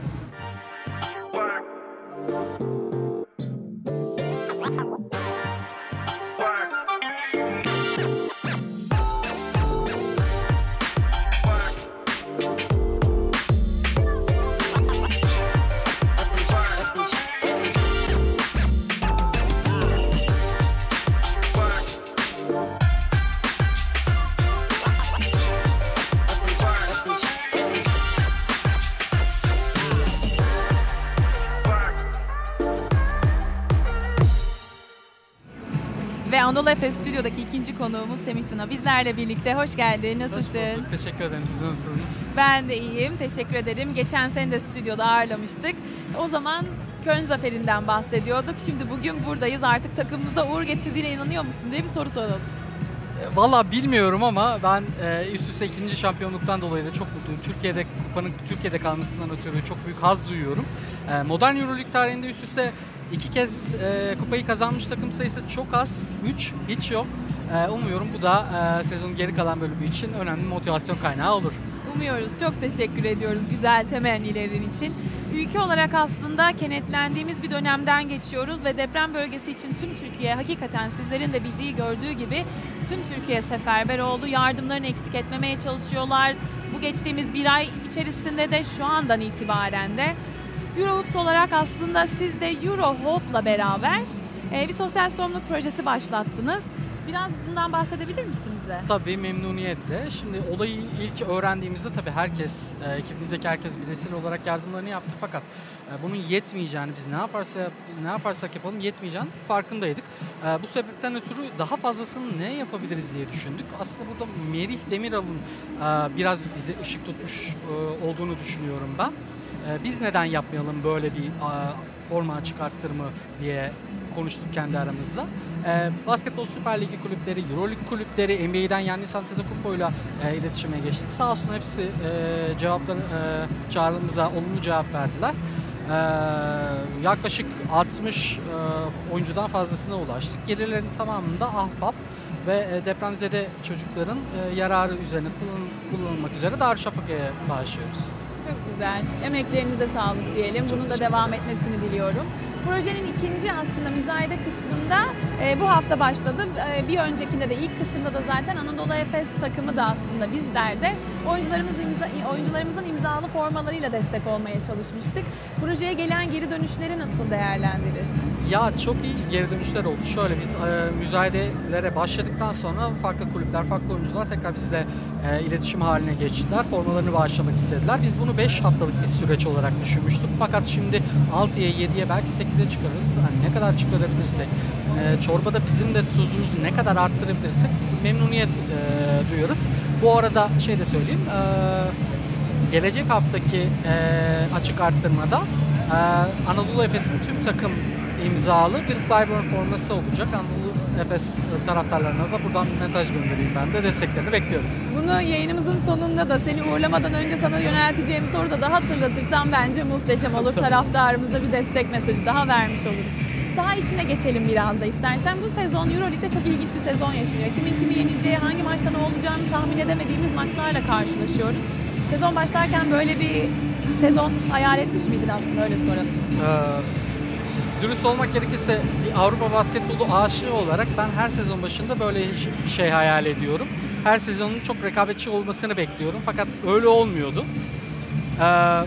Ve Anadolu Efes Stüdyo'daki ikinci konuğumuz Semih Tuna bizlerle birlikte. Hoş geldin. Nasılsın? Hoş bulduk. Teşekkür ederim. Siz nasılsınız? Ben de iyiyim. Teşekkür ederim. Geçen sene de stüdyoda ağırlamıştık. O zaman Köln zaferinden bahsediyorduk. Şimdi bugün buradayız. Artık takımımıza uğur getirdiğine inanıyor musun diye bir soru soralım. Valla bilmiyorum ama ben e, üst üste ikinci şampiyonluktan dolayı da çok mutluyum. Türkiye'de kupanın Türkiye'de kalmasından ötürü çok büyük haz duyuyorum. E, modern Euroleague tarihinde üst üste iki kez e, kupayı kazanmış takım sayısı çok az. üç hiç yok. E, umuyorum bu da e, sezonun geri kalan bölümü için önemli motivasyon kaynağı olur. Umuyoruz. Çok teşekkür ediyoruz güzel temennilerin için. Ülke olarak aslında kenetlendiğimiz bir dönemden geçiyoruz ve deprem bölgesi için tüm Türkiye hakikaten sizlerin de bildiği gördüğü gibi tüm Türkiye seferber oldu. Yardımlarını eksik etmemeye çalışıyorlar. Bu geçtiğimiz bir ay içerisinde de şu andan itibaren de Eurohoops olarak aslında siz de Eurohope'la beraber bir sosyal sorumluluk projesi başlattınız. Biraz bundan bahsedebilir misin bize? Tabii memnuniyetle. Şimdi olayı ilk öğrendiğimizde tabii herkes, ekibimizdeki herkes bireysel olarak yardımlarını yaptı fakat bunun yetmeyeceğini, biz ne yaparsa ne yaparsak yapalım yetmeyeceğini farkındaydık. Bu sebepten ötürü daha fazlasını ne yapabiliriz diye düşündük. Aslında burada Merih Demiral'ın biraz bize ışık tutmuş olduğunu düşünüyorum ben. Biz neden yapmayalım böyle bir forma çıkarttır mı diye konuştuk kendi aramızda. E, Basketbol Süper Ligi kulüpleri, Euroleague kulüpleri, N B A'den Yannis Antetokounmpo'yla e, iletişime geçtik. Sağ olsun hepsi e, cevapları e, çağrımıza olumlu cevap verdiler. E, yaklaşık altmış e, oyuncudan fazlasına ulaştık. Gelirlerin tamamında ahbap ve e, depremzede çocukların e, yararı üzerine kullan, kullanılmak üzere Darüşşafaka'ya bağışlıyoruz. Çok güzel. Emeklerinize sağlık diyelim. Bunun da devam etmesini diliyorum. Projenin ikinci aslında müzayede kısmında E, bu hafta başladı. E, bir öncekinde de ilk kısımda da zaten Anadolu Efes takımı da aslında bizler de oyuncularımız imza, oyuncularımızın imzalı formalarıyla destek olmaya çalışmıştık. Projeye gelen geri dönüşleri nasıl değerlendirirsin? Ya çok iyi geri dönüşler oldu. Şöyle biz e, müzayedelere başladıktan sonra farklı kulüpler, farklı oyuncular tekrar bizle e, iletişim haline geçtiler. Formalarını bağışlamak istediler. Biz bunu beş haftalık bir süreç olarak düşünmüştük. Fakat şimdi altıya, yediye belki sekize çıkarız. Yani ne kadar çıkarabilirsek, e, çorbada bizim de tuzumuzu ne kadar arttırabilirsek memnuniyet e, duyuyoruz. Bu arada şey de söyleyeyim, e, gelecek haftaki e, açık arttırmada e, Anadolu Efes'in tüm takım imzalı bir Clyburn forması olacak. Anadolu Efes taraftarlarına da buradan bir mesaj göndereyim ben de. Desteklerini bekliyoruz. Bunu yayınımızın sonunda da seni uğurlamadan önce sana yönelteceğim soruda da hatırlatırsam bence muhteşem olur. Taraftarımıza bir destek mesajı daha vermiş oluruz. Saha içine geçelim biraz da istersen. Bu sezon Euroleague'de çok ilginç bir sezon yaşanıyor. Kimin kimi yenileceği, hangi maçta ne olacağını tahmin edemediğimiz maçlarla karşılaşıyoruz. Sezon başlarken böyle bir sezon hayal etmiş miydin aslında, öyle soralım. Ee, dürüst olmak gerekirse bir Avrupa basketbolu aşığı olarak ben her sezon başında böyle bir şey hayal ediyorum. Her sezonun çok rekabetçi olmasını bekliyorum fakat öyle olmuyordu. Ee,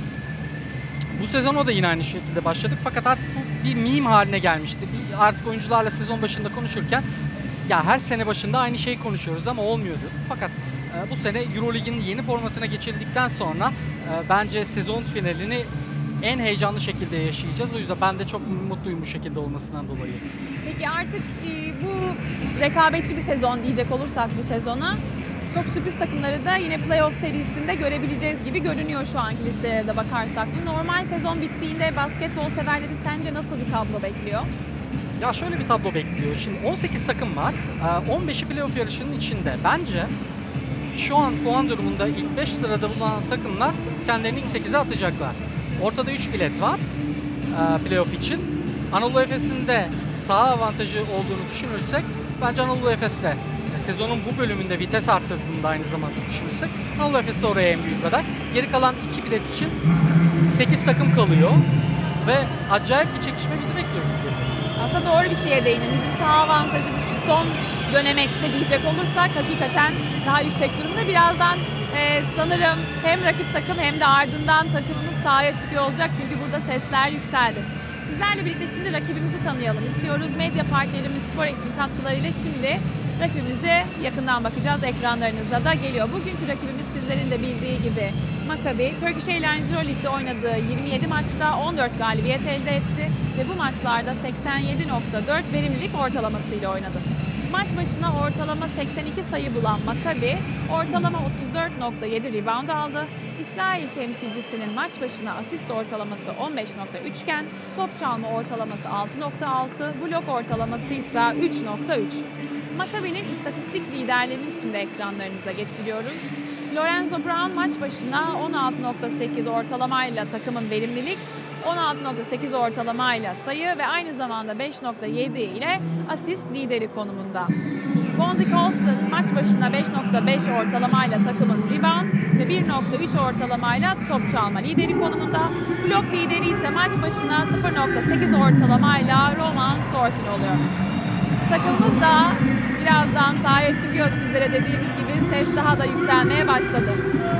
bu sezon o da yine aynı şekilde başladık fakat artık bu bir meme haline gelmişti. Bir, artık oyuncularla sezon başında konuşurken ya her sene başında aynı şeyi konuşuyoruz ama olmuyordu. Fakat e, bu sene Euroleague'in yeni formatına geçildikten sonra e, bence sezon finalini en heyecanlı şekilde yaşayacağız. O yüzden ben de çok mutluyum bu şekilde olmasından dolayı. Peki artık e, bu rekabetçi bir sezon diyecek olursak bu sezona, çok sürpriz takımları da yine playoff serisinde görebileceğiz gibi görünüyor şu anki listeye de bakarsak. Bu normal sezon bittiğinde basketbol severleri sence nasıl bir tablo bekliyor? Ya şöyle bir tablo bekliyor. Şimdi on sekiz takım var. on beşi playoff yarışının içinde. Bence şu an puan durumunda ilk beş sırada bulunan takımlar kendilerini ilk sekize atacaklar. Ortada üç bilet var playoff için. Anadolu Efes'in de sağ avantajı olduğunu düşünürsek bence Anadolu Efes'le sezonun bu bölümünde vites arttırdığını da aynı zamanda düşünürsek Anadolu Efes'e oraya en büyük aday. Geri kalan iki bilet için sekiz takım kalıyor ve acayip bir çekişme bizi bekliyor. Aslında doğru bir şeye değindin. Bizim sağ avantajımız şu son dönemeçte diyecek olursak hakikaten daha yüksek durumda. Birazdan e, sanırım hem rakip takım hem de ardından takımımız sahaya çıkıyor olacak. Çünkü burada sesler yükseldi. Sizlerle birlikte şimdi rakibimizi tanıyalım istiyoruz. Medya partnerimiz SporX'in katkılarıyla şimdi rakibimize yakından bakacağız. Ekranlarınızda da geliyor. Bugünkü rakibimiz sizlerin de bildiği gibi Maccabi. Turkish Airlines Euroleague'de oynadığı yirmi yedi maçta on dört galibiyet elde etti ve bu maçlarda seksen yedi nokta dört verimlilik ortalamasıyla oynadı. Maç başına ortalama seksen iki sayı bulan Maccabi, ortalama otuz dört nokta yedi rebound aldı. İsrail temsilcisinin maç başına asist ortalaması on beş nokta üç iken top çalma ortalaması altı nokta altı, blok ortalaması ise üç nokta üç. Maccabi'nin istatistik liderlerini şimdi ekranlarınıza getiriyoruz. Lorenzo Brown maç başına on altı nokta sekiz ortalamayla takımın verimlilik, on altı nokta sekiz ortalamayla sayı ve aynı zamanda beş nokta yedi ile asist lideri konumunda. Bonzi Colson maç başına beş nokta beş ortalamayla takımın rebound ve bir nokta üç ortalamayla top çalma lideri konumunda. Blok lideri ise maç başına sıfır nokta sekiz ortalamayla Roman Sorkin oluyor. Takımımız da birazdan sahaya çıkıyor, sizlere dediğimiz gibi ses daha da yükselmeye başladı.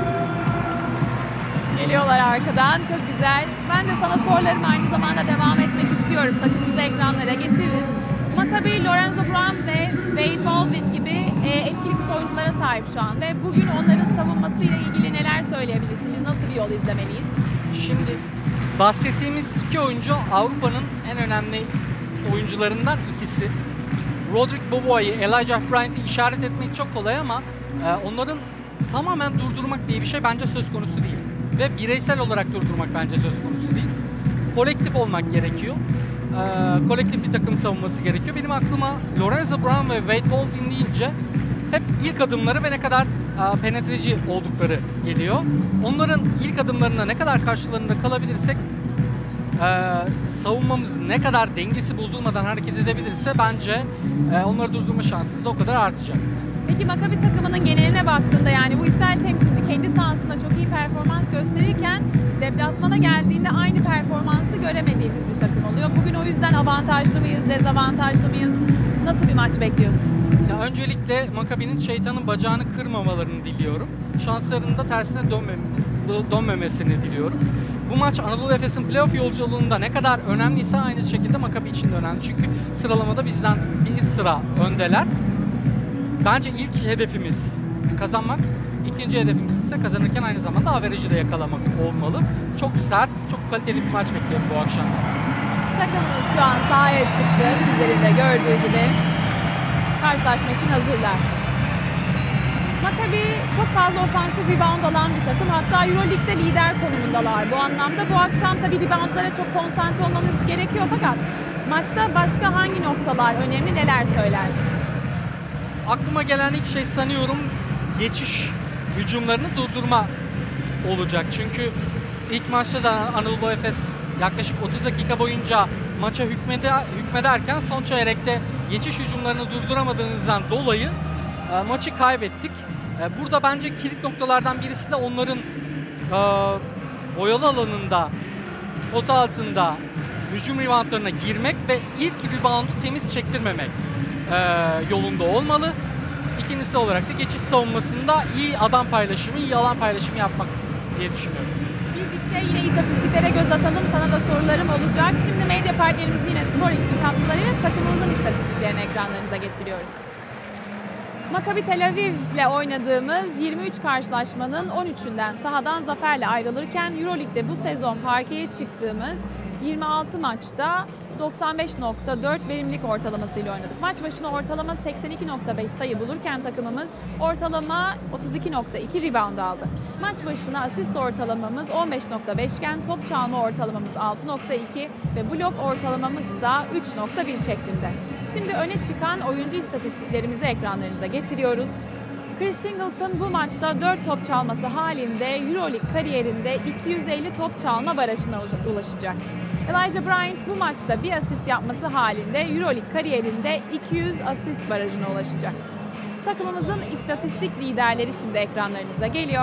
Geliyorlar arkadan, çok güzel. Ben de sana sorularıma aynı zamanda devam etmek istiyorum. Takımımızı ekranlara getiririz. Maccabi, Lorenzo Brown ve Wade Baldwin gibi e, etkili kısa oyunculara sahip şu an ve bugün onların savunmasıyla ilgili neler söyleyebilirsiniz? Nasıl bir yol izlemeliyiz? Şimdi bahsettiğimiz iki oyuncu Avrupa'nın en önemli oyuncularından ikisi. Roderick Boboa'yı, Elijah Bryant'ı işaret etmek çok kolay ama e, onların tamamen durdurmak diye bir şey bence söz konusu değil. Ve bireysel olarak durdurmak bence söz konusu değil. Kolektif olmak gerekiyor. Ee, kolektif bir takım savunması gerekiyor. Benim aklıma Lorenzo Brown ve Wade Baldwin deyince hep ilk adımları ve ne kadar e, penetreci oldukları geliyor. Onların ilk adımlarına ne kadar karşılarında kalabilirsek, e, savunmamız ne kadar dengesi bozulmadan hareket edebilirse bence e, onları durdurma şansımız o kadar artacak. Peki Maccabi takımının geneline baktığında, yani bu İsrail temsilci kendi sahasında çok iyi performans gösterirken deplasmana geldiğinde aynı performansı göremediğimiz bir takım oluyor. Bugün o yüzden avantajlı mıyız, dezavantajlı mıyız? Nasıl maç bekliyorsun? Ya öncelikle Maccabi'nin şeytanın bacağını kırmamalarını diliyorum. Şanslarının da tersine dönmem dönmemesini diliyorum. Bu maç Anadolu Efes'in playoff yolculuğunda ne kadar önemliyse aynı şekilde Maccabi için de önemli. Çünkü sıralamada bizden bir sıra öndeler. Bence ilk hedefimiz kazanmak. İkinci hedefimiz ise kazanırken aynı zamanda averajı da yakalamak olmalı. Çok sert, çok kaliteli bir maç bekliyorum bu akşam. Takımımız şu an sahaya çıktı. Sizlerin de gördüğü gibi karşılaşma için hazırlar. Maccabi çok fazla ofansif rebound alan bir takım. Hatta Euroleague'de lider konumundalar. Bu anlamda bu akşam tabii reboundlara çok konsantre olmamız gerekiyor. Fakat maçta başka hangi noktalar önemli, neler söylersin? Aklıma gelen ilk şey sanıyorum geçiş hücumlarını durdurma olacak. Çünkü ilk maçta da Anadolu Efes yaklaşık otuz dakika boyunca maça hükmeder, hükmederken son çeyrekte geçiş hücumlarını durduramadığınızdan dolayı e, maçı kaybettik. E, burada bence kilit noktalardan birisi de onların e, boyalı alanında, pota altında hücum reboundlarına girmek ve ilk reboundu temiz çektirmemek e, yolunda olmalı. İkincisi olarak da geçiş savunmasında iyi adam paylaşımı, iyi alan paylaşımı yapmak diye düşünüyorum. Birlikte yine istatistiklere göz atalım. Sana da sorularım olacak. Şimdi medya partnerimiz yine SporX'in katkılarıyla takımımızın istatistiklerini ekranlarınıza getiriyoruz. Maccabi Tel Aviv'le oynadığımız yirmi üç karşılaşmanın on üçünden sahadan zaferle ayrılırken Euroleague'de bu sezon parkeye çıktığımız yirmi altı maçta doksan beş nokta dört verimlilik ortalamasıyla oynadık. Maç başına ortalama seksen iki nokta beş sayı bulurken takımımız ortalama otuz iki nokta iki rebound aldı. Maç başına asist ortalamamız on beş nokta beş iken top çalma ortalamamız altı nokta iki ve blok ortalamamız ise üç nokta bir şeklinde. Şimdi öne çıkan oyuncu istatistiklerimizi ekranlarınıza getiriyoruz. Chris Singleton bu maçta dört top çalması halinde Euroleague kariyerinde iki yüz elli top çalma barajına ulaşacak. Elijah Bryant bu maçta bir asist yapması halinde Euroleague kariyerinde iki yüz asist barajına ulaşacak. Takımımızın istatistik liderleri şimdi ekranlarınıza geliyor.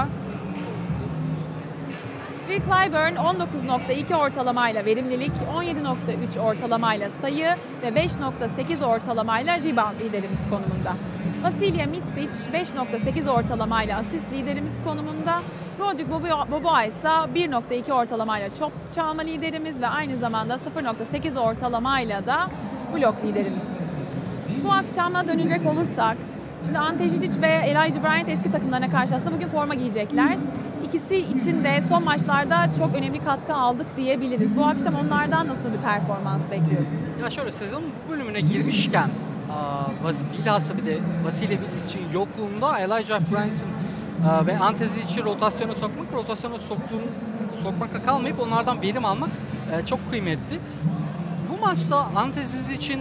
Will Clyburn on dokuz nokta iki ortalamayla verimlilik, on yedi nokta üç ortalamayla sayı ve beş nokta sekiz ortalamayla rebound liderimiz konumunda. Vasilya Mitsic beş nokta sekiz ortalamayla asist liderimiz konumunda. Roger Boboa ise bir nokta iki ortalamayla top çalma liderimiz ve aynı zamanda sıfır nokta sekiz ortalamayla da blok liderimiz. Bu akşama dönecek olursak, şimdi Ante Žižić ve Elijah Bryant eski takımlarına karşı aslında bugün forma giyecekler. İkisi için de son maçlarda çok önemli katkı aldık diyebiliriz. Bu akşam onlardan nasıl bir performans bekliyorsun? Ya şöyle, sezonun bu bölümüne girmişken bilhassa bir de Vasilya Mitsic'in yokluğunda Elijah Bryant'ın ve Ante Žicić'i rotasyona sokmak, rotasyona soktuğun, sokmakla kalmayıp onlardan verim almak çok kıymetli. Bu maçta Ante Žicić'in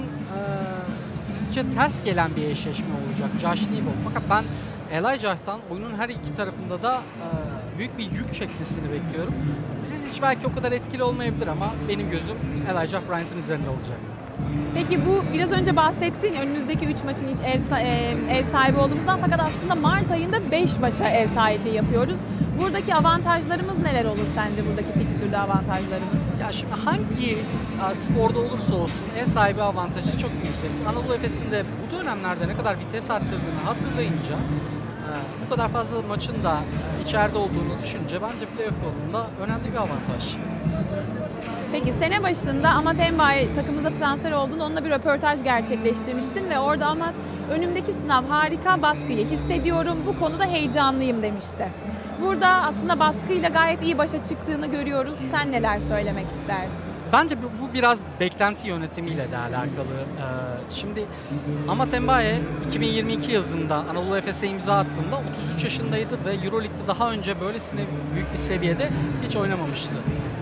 Žicić'e ters gelen bir eşleşme olacak. Josh Nebo. Fakat ben Elijah'tan oyunun her iki tarafında da büyük bir yük çekmesini bekliyorum. Žižić belki o kadar etkili olmayabilir ama benim gözüm Elijah Bryant'ın üzerinde olacak. Peki bu biraz önce bahsettiğin önümüzdeki üç maçın ev, ev sahibi olduğumuzdan, fakat aslında Mart ayında beş maça ev sahipliği yapıyoruz. Buradaki avantajlarımız neler olur sence, buradaki fikstürde avantajlarımız? Ya şimdi hangi sporda olursa olsun ev sahibi avantajı çok yüksek. Anadolu Efes'in de bu dönemlerde ne kadar vites arttırdığını hatırlayınca bu kadar fazla maçın da içeride olduğunu düşününce bence playoff yolunda önemli bir avantaj. Peki sene başında Amat Embay takımımıza transfer olduğunda onunla bir röportaj gerçekleştirmiştin ve orada Amat önümdeki sınav harika, baskıyı hissediyorum, bu konuda heyecanlıyım demişti. Burada aslında baskıyla gayet iyi başa çıktığını görüyoruz. Sen neler söylemek istersin? Bence bu biraz beklenti yönetimiyle de alakalı. Şimdi Amat Embay iki bin yirmi iki yazında Anadolu Efes'e imza attığında otuz üç yaşındaydı ve Euroleague'de daha önce böylesine büyük bir seviyede hiç oynamamıştı.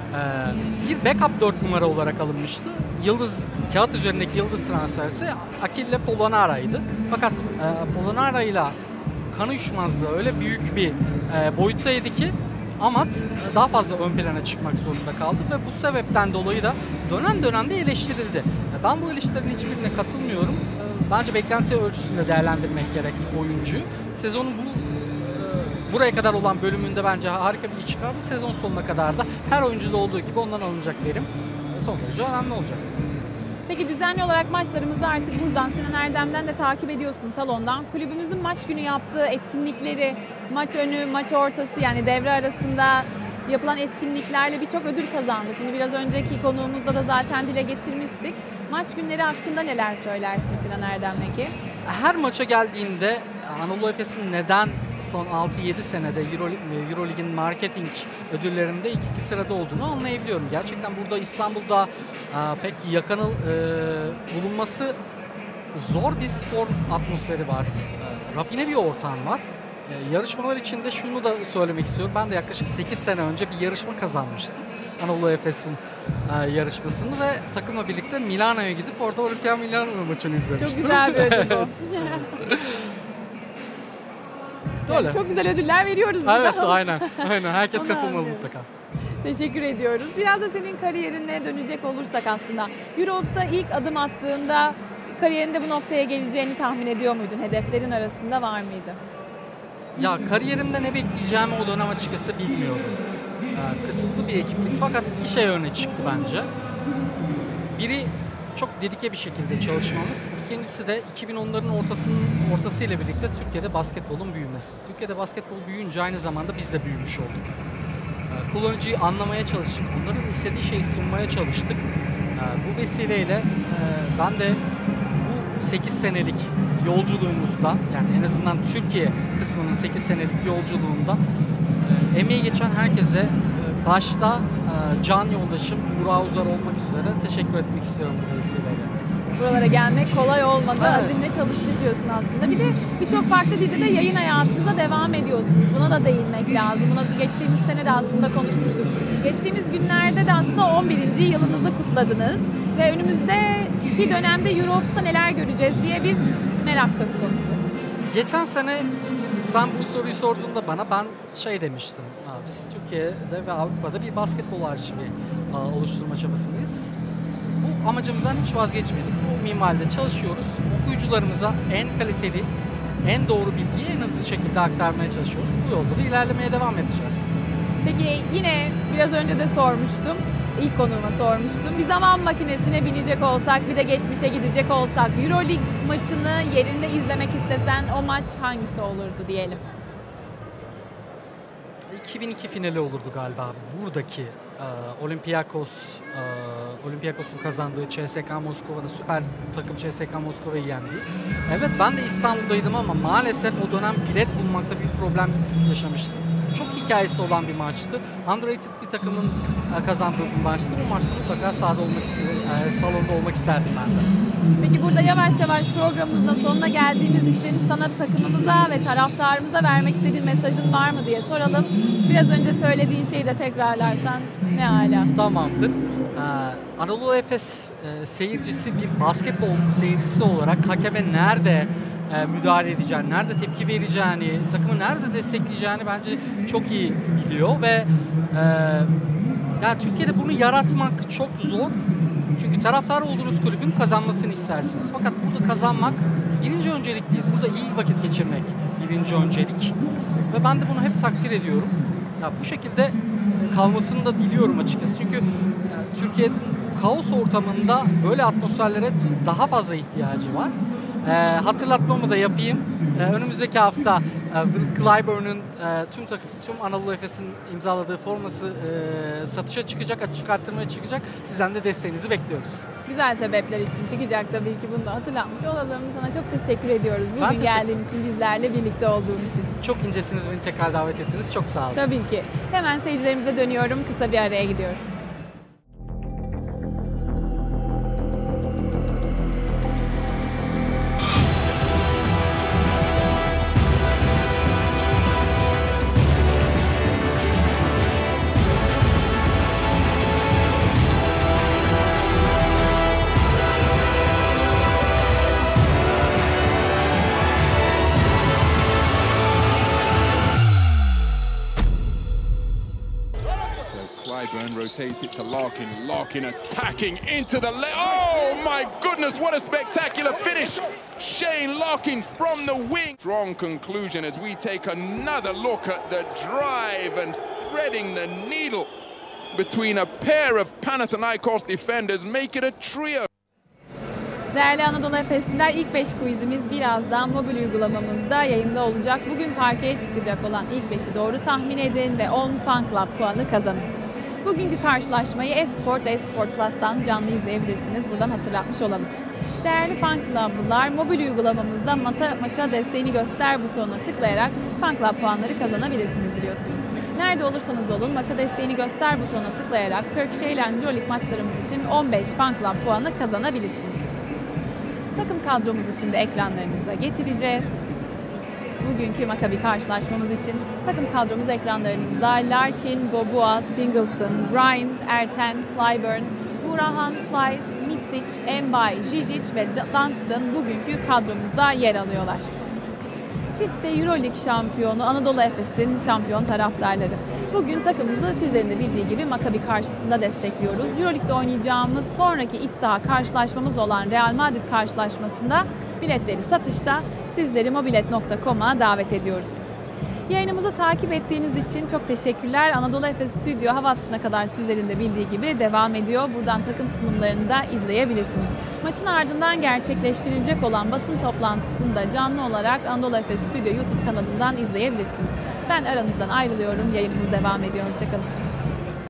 Bir backup dört numara olarak alınmıştı. Yıldız, kağıt üzerindeki yıldız transferisi Achille Polonara'ydı. Fakat Polonara ile kan uyuşmazlığı öyle büyük bir boyuttaydı ki Amat daha fazla ön plana çıkmak zorunda kaldı ve bu sebepten dolayı da dönem dönemde eleştirildi. Ben bu eleştirilerin hiçbirine katılmıyorum. Bence beklenti ölçüsünde değerlendirmek gerek oyuncuyu. Sezonun bu buraya kadar olan bölümünde bence harika bir iş çıkardı. Sezon sonuna kadar da her oyuncuda olduğu gibi ondan alınacak verim son derece önemli olacak. Peki düzenli olarak maçlarımızı artık buradan Sinan Erdem'den de takip ediyorsun salondan. Kulübümüzün maç günü yaptığı etkinlikleri, maç önü, maç ortası yani devre arasında yapılan etkinliklerle birçok ödül kazandık. Bunu biraz önceki konuğumuzda da zaten dile getirmiştik. Maç günleri hakkında neler söylersin Sinan Erdem'deki? Her maça geldiğinde Anadolu Efes'in neden son altı yedi senede Euro, Eurolig'in marketing ödüllerinde ilk iki sırada olduğunu anlayabiliyorum. Gerçekten burada İstanbul'da e, pek yakınıl e, bulunması zor bir spor atmosferi var. E, rafine bir ortam var. E, yarışmalar için de şunu da söylemek istiyorum. Ben de yaklaşık sekiz sene önce bir yarışma kazanmıştım. Anadolu Efes'in e, yarışmasını ve takımla birlikte Milano'ya gidip orada Olimpia Milano maçını izlemiştim. Çok güzel bir ödül o. Yani çok güzel ödüller veriyoruz burada. Evet, aynen. Aynen. Herkes katılmalı mutlaka. Teşekkür ediyoruz. Biraz da senin kariyerine dönecek olursak aslında. Europs'a ilk adım attığında kariyerinde bu noktaya geleceğini tahmin ediyor muydun? Hedeflerin arasında var mıydı? Ya kariyerimde ne bekleyeceğimi o dönem açıkçası bilmiyordum. Ee, kısıtlı bir ekiplik fakat iki şey öne çıktı bence. Biri çok dedike bir şekilde çalışmamız. İkincisi de iki bin onların ortasının ortasıyla birlikte Türkiye'de basketbolun büyümesi. Türkiye'de basketbol büyüyünce aynı zamanda biz de büyümüş olduk. Ee, kullanıcıyı anlamaya çalıştık. Onların istediği şeyi sunmaya çalıştık. Ee, bu vesileyle e, ben de bu sekiz senelik yolculuğumuzda yani en azından Türkiye kısmının sekiz senelik yolculuğunda e, emeği geçen herkese e, başta e, can yoldaşım Burak Uzar olmak üzere teşekkür etmek istiyorum bu vesileyle. Buralara gelmek kolay olmadı. Evet. Azimle çalıştık diyorsun aslında. Bir de birçok farklı dilde de yayın hayatınıza devam ediyorsunuz. Buna da değinmek lazım. Buna geçtiğimiz sene de aslında konuşmuştuk. Geçtiğimiz günlerde de aslında on birinci yılınızı kutladınız. Ve önümüzdeki dönemde Europs'ta neler göreceğiz diye bir merak söz konusu. Geçen sene sen bu soruyu sorduğunda bana ben şey demiştim. Biz Türkiye'de ve Avrupa'da bir basketbol arşivi oluşturma çabasındayız. Bu amacımızdan hiç vazgeçmedik. Bu minvalde çalışıyoruz. Okuyucularımıza en kaliteli, en doğru bilgiyi en hızlı şekilde aktarmaya çalışıyoruz. Bu yolda da ilerlemeye devam edeceğiz. Peki yine biraz önce de sormuştum. İlk konuğuma sormuştum. Bir zaman makinesine binecek olsak, bir de geçmişe gidecek olsak, Euroleague maçını yerinde izlemek istesen o maç hangisi olurdu diyelim? iki bin iki finali olurdu galiba. Buradaki e, Olympiakos, e, Olympiakos'un kazandığı C S K A Moskova'nın süper takım C S K A Moskova'yı yendiği. Evet ben de İstanbul'daydım ama maalesef o dönem bilet bulmakta büyük problem yaşamıştım. Çok hikayesi olan bir maçtı. Underrated bir takımın e, kazandığı bir maçtı. Bu maçta mutlaka sahada olmak istedim, e, salonda olmak isterdim ben de. Peki burada yavaş yavaş programımızın da sonuna geldiğimiz için sana takımımıza ve taraftarımıza vermek istediğin mesajın var mı diye soralım. Biraz önce söylediğin şeyi de tekrarlarsan ne âlâ. Tamamdır. Ee, Anadolu Efes e, seyircisi bir basketbol seyircisi olarak hakeme nerede e, müdahale edeceğini, nerede tepki vereceğini, takımı nerede destekleyeceğini bence çok iyi biliyor ve e, yani Türkiye'de bunu yaratmak çok zor. Çünkü taraftar olduğunuz kulübün kazanmasını istersiniz. Fakat burada kazanmak birinci öncelik değil, burada iyi vakit geçirmek birinci öncelik. Ve ben de bunu hep takdir ediyorum. Ya bu şekilde kalmasını da diliyorum açıkçası. Çünkü yani Türkiye'nin kaos ortamında böyle atmosferlere daha fazla ihtiyacı var. Ee, hatırlatmamı da yapayım. Ee, önümüzdeki hafta e, Will Clyburn'un e, tüm takım, tüm Anadolu Efes'in imzaladığı forması e, satışa çıkacak, açık arttırmaya çıkacak. Sizden de desteğinizi bekliyoruz. Güzel sebepler için çıkacak tabii ki, bunu da hatırlatmış olalım. Sana çok teşekkür ediyoruz bugün teşekkür geldiğin için, bizlerle birlikte olduğun için. Çok incesiniz, beni tekrar davet ettiniz. Çok sağ olun. Tabii ki. Hemen seyircilerimize dönüyorum. Kısa bir araya gidiyoruz. Clyburn rotates it to Larkin. Larkin attacking into the left. Oh my goodness, what a spectacular finish. Shane Larkin from the wing. Strong conclusion as we take another look at the drive and threading the needle between a pair of Panathinaikos defenders, make it a trio. Değerli Anadolu Efesliler, ilk beş quizimiz birazdan mobil uygulamamızda yayında olacak. Bugün parkeye çıkacak olan ilk beşi doğru tahmin edin ve on Fan Club puanı kazanın. Bugünkü karşılaşmayı Esport ve Esport Plus'tan canlı izleyebilirsiniz. Buradan hatırlatmış olalım. Değerli Fan Club'lılar, mobil uygulamamızda maça, maça desteğini göster butonuna tıklayarak Fan Club puanları kazanabilirsiniz biliyorsunuz. Nerede olursanız olun maça desteğini göster butonuna tıklayarak Turkish Airlines Euroleague maçlarımız için on beş Fan Club puanı kazanabilirsiniz. Takım kadromuzu şimdi ekranlarınıza getireceğiz. Bugünkü Maccabi karşılaşmamız için takım kadromuz ekranlarınızda. Larkin, Boboa, Singleton, Bryant, Erten, Clyburn, Murahan, Plyce, Mitsic, Mbay, Žižić ve Dunstan bugünkü kadromuzda yer alıyorlar. Çifte Euroleague şampiyonu Anadolu Efes'in şampiyon taraftarları. Bugün takımımızı sizlerin de bildiği gibi Maccabi karşısında destekliyoruz. Euroleague'de oynayacağımız sonraki iç saha karşılaşmamız olan Real Madrid karşılaşmasında biletleri satışta. Sizleri mobilet nokta com'a davet ediyoruz. Yayınımızı takip ettiğiniz için çok teşekkürler. Anadolu Efes Stüdyo hava atışına kadar sizlerin de bildiği gibi devam ediyor. Buradan takım sunumlarını da izleyebilirsiniz. Maçın ardından gerçekleştirilecek olan basın toplantısını da canlı olarak Anadolu Efes Stüdyo YouTube kanalından izleyebilirsiniz. Ben aranızdan ayrılıyorum. Yayınımız devam ediyor. Hoşçakalın.